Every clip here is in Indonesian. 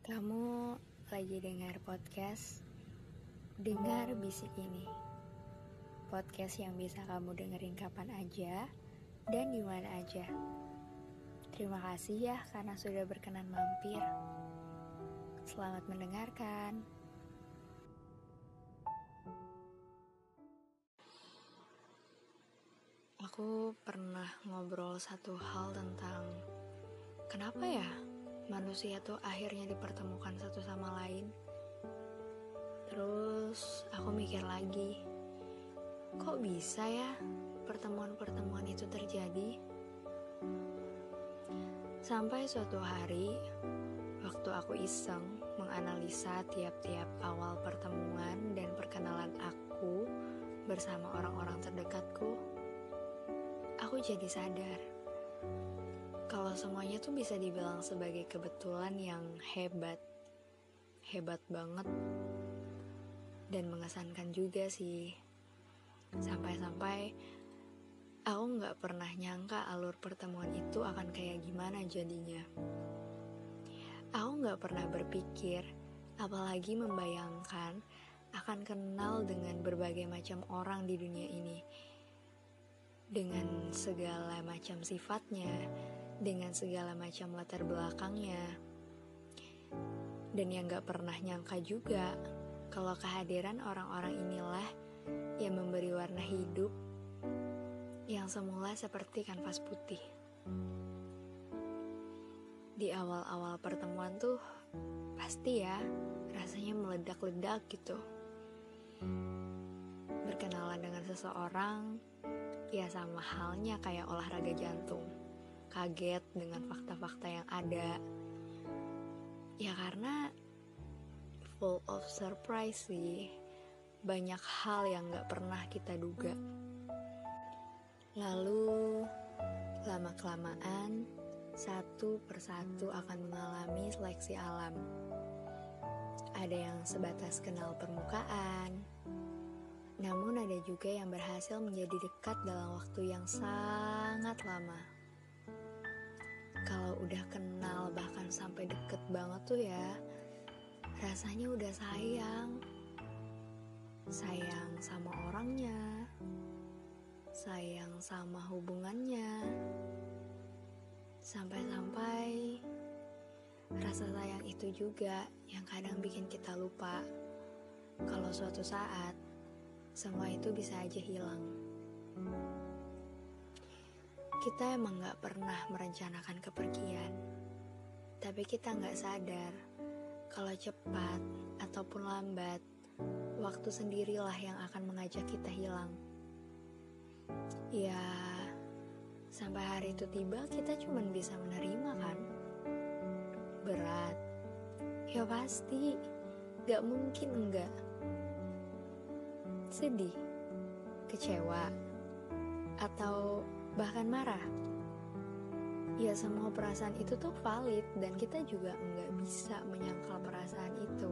Kamu lagi dengar podcast Dengar Bisik ini. Podcast yang bisa kamu dengerin kapan aja dan di mana aja. Terima kasih ya karena sudah berkenan mampir. Selamat mendengarkan. Aku pernah ngobrol satu hal tentang kenapa ya manusia tuh akhirnya dipertemukan satu sama lain. Terus aku mikir lagi, kok bisa ya pertemuan-pertemuan itu terjadi? Sampai suatu hari, waktu aku iseng menganalisa tiap-tiap awal pertemuan dan perkenalan aku bersama orang-orang terdekatku, aku jadi sadar kalau semuanya tuh bisa dibilang sebagai kebetulan yang hebat banget, dan mengesankan juga sih. Sampai-sampai aku gak pernah nyangka alur pertemuan itu akan kayak gimana jadinya. Aku gak pernah berpikir, apalagi membayangkan akan kenal dengan berbagai macam orang di dunia ini, dengan segala macam sifatnya, dengan segala macam latar belakangnya. Dan yang gak pernah nyangka juga kalau kehadiran orang-orang inilah yang memberi warna hidup yang semula seperti kanvas putih. Di awal-awal pertemuan tuh pasti ya rasanya meledak-ledak gitu. Berkenalan dengan seseorang ya sama halnya kayak olahraga jantung, kaget dengan fakta-fakta yang ada. Ya karena full of surprise sih, banyak hal yang gak pernah kita duga. Lalu lama-kelamaan satu persatu akan mengalami seleksi alam. Ada yang sebatas kenal permukaan, namun ada juga yang berhasil menjadi dekat dalam waktu yang sangat lama. Kalau udah kenal bahkan sampai deket banget tuh ya, rasanya udah sayang sama orangnya, sayang sama hubungannya. Sampai-sampai rasa sayang itu juga yang kadang bikin kita lupa kalau suatu saat semua itu bisa aja hilang. Kita emang gak pernah merencanakan kepergian, tapi kita gak sadar kalau cepat ataupun lambat, waktu sendirilah yang akan mengajak kita hilang. Ya, sampai hari itu tiba kita cuma bisa menerima kan? Berat, ya pasti, gak mungkin enggak. Sedih, kecewa, atau bahkan marah. Ya semua perasaan itu tuh valid dan kita juga nggak bisa menyangkal perasaan itu.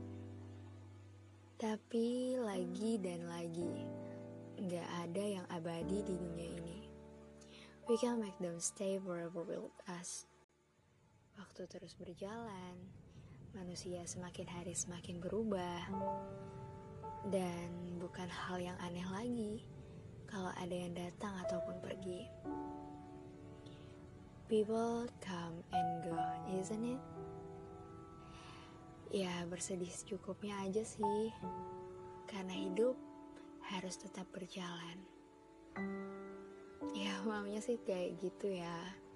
Tapi lagi dan lagi, nggak ada yang abadi di dunia ini. We can make them stay forever with us. Waktu terus berjalan, manusia semakin hari semakin berubah. Dan bukan hal yang aneh lagi kalau ada yang datang ataupun pergi. People come and go, isn't it? Ya bersedih secukupnya aja sih, karena hidup harus tetap berjalan. Ya maunya sih kayak gitu ya.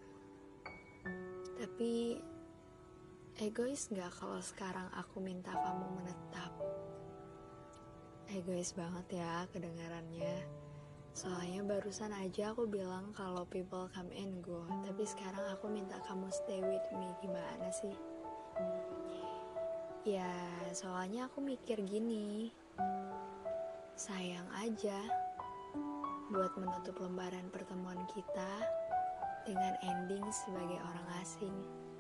Tapi egois gak kalau sekarang aku minta kamu menetap? Egois banget ya kedengarannya. Soalnya barusan aja aku bilang kalau people come and go, tapi sekarang aku minta kamu stay with me. Gimana sih? Ya soalnya aku mikir gini, sayang aja buat menutup lembaran pertemuan kita dengan ending sebagai orang asing.